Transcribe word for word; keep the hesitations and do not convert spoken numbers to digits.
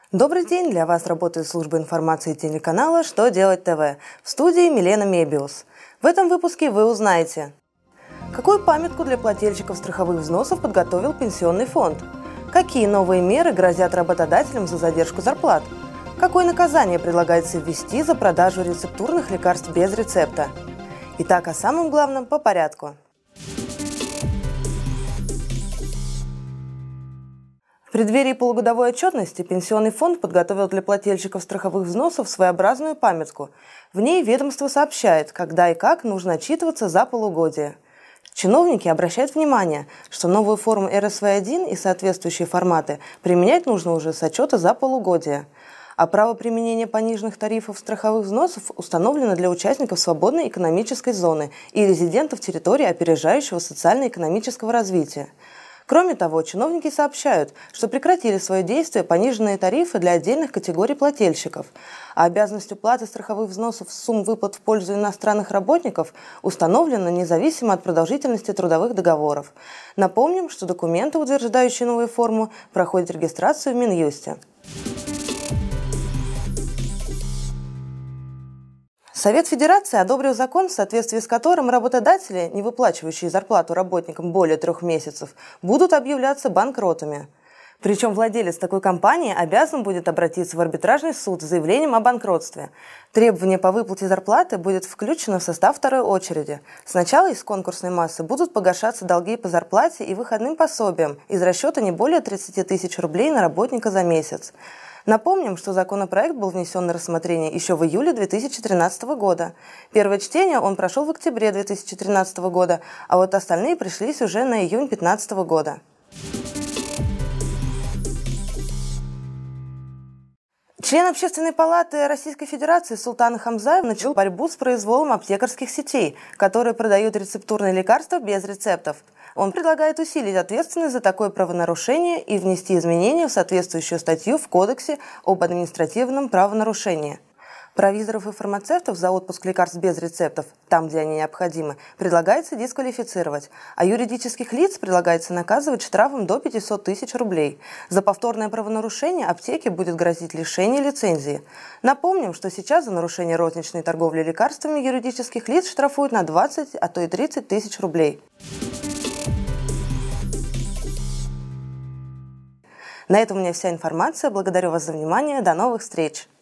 Добрый день! Для вас работает служба информации телеканала «Что делать ТВ». В студии Милена Мебиус. В этом выпуске вы узнаете, какую памятку для плательщиков страховых взносов подготовил Пенсионный фонд, какие новые меры грозят работодателям за задержку зарплат, какое наказание предлагается ввести за продажу рецептурных лекарств без рецепта. Итак, о самом главном по порядку. В преддверии полугодовой отчетности Пенсионный фонд подготовил для плательщиков страховых взносов своеобразную памятку. В ней ведомство сообщает, когда и как нужно отчитываться за полугодие. Чиновники обращают внимание, что новую форму эр эс вэ один и соответствующие форматы применять нужно уже с отчета за полугодие. А право применения пониженных тарифов страховых взносов установлено для участников свободной экономической зоны и резидентов территории опережающего социально-экономического развития. Кроме того, чиновники сообщают, что прекратили свое действие пониженные тарифы для отдельных категорий плательщиков, а обязанность уплаты страховых взносов с сумм выплат в пользу иностранных работников установлена независимо от продолжительности трудовых договоров. Напомним, что документы, утверждающие новую форму, проходят регистрацию в Минюсте. Совет Федерации одобрил закон, в соответствии с которым работодатели, не выплачивающие зарплату работникам более трех месяцев, будут объявляться банкротами. Причем владелец такой компании обязан будет обратиться в арбитражный суд с заявлением о банкротстве. Требование по выплате зарплаты будет включено в состав второй очереди. Сначала из конкурсной массы будут погашаться долги по зарплате и выходным пособиям из расчета не более тридцати тысяч рублей на работника за месяц. Напомним, что законопроект был внесен на рассмотрение еще в июле две тысячи тринадцатого года. Первое чтение он прошел в октябре две тысячи тринадцатого года, а вот остальные пришлись уже на июнь две тысячи пятнадцатого года. Член Общественной палаты Российской Федерации Султан Хамзаев начал борьбу с произволом аптекарских сетей, которые продают рецептурные лекарства без рецептов. Он предлагает усилить ответственность за такое правонарушение и внести изменения в соответствующую статью в Кодексе об административном правонарушении. Провизоров и фармацевтов за отпуск лекарств без рецептов, там, где они необходимы, предлагается дисквалифицировать, а юридических лиц предлагается наказывать штрафом до пятисот тысяч рублей. За повторное правонарушение аптеке будет грозить лишение лицензии. Напомним, что сейчас за нарушение розничной торговли лекарствами юридических лиц штрафуют на двадцать, а то и тридцать тысяч рублей. На этом у меня вся информация. Благодарю вас за внимание. До новых встреч!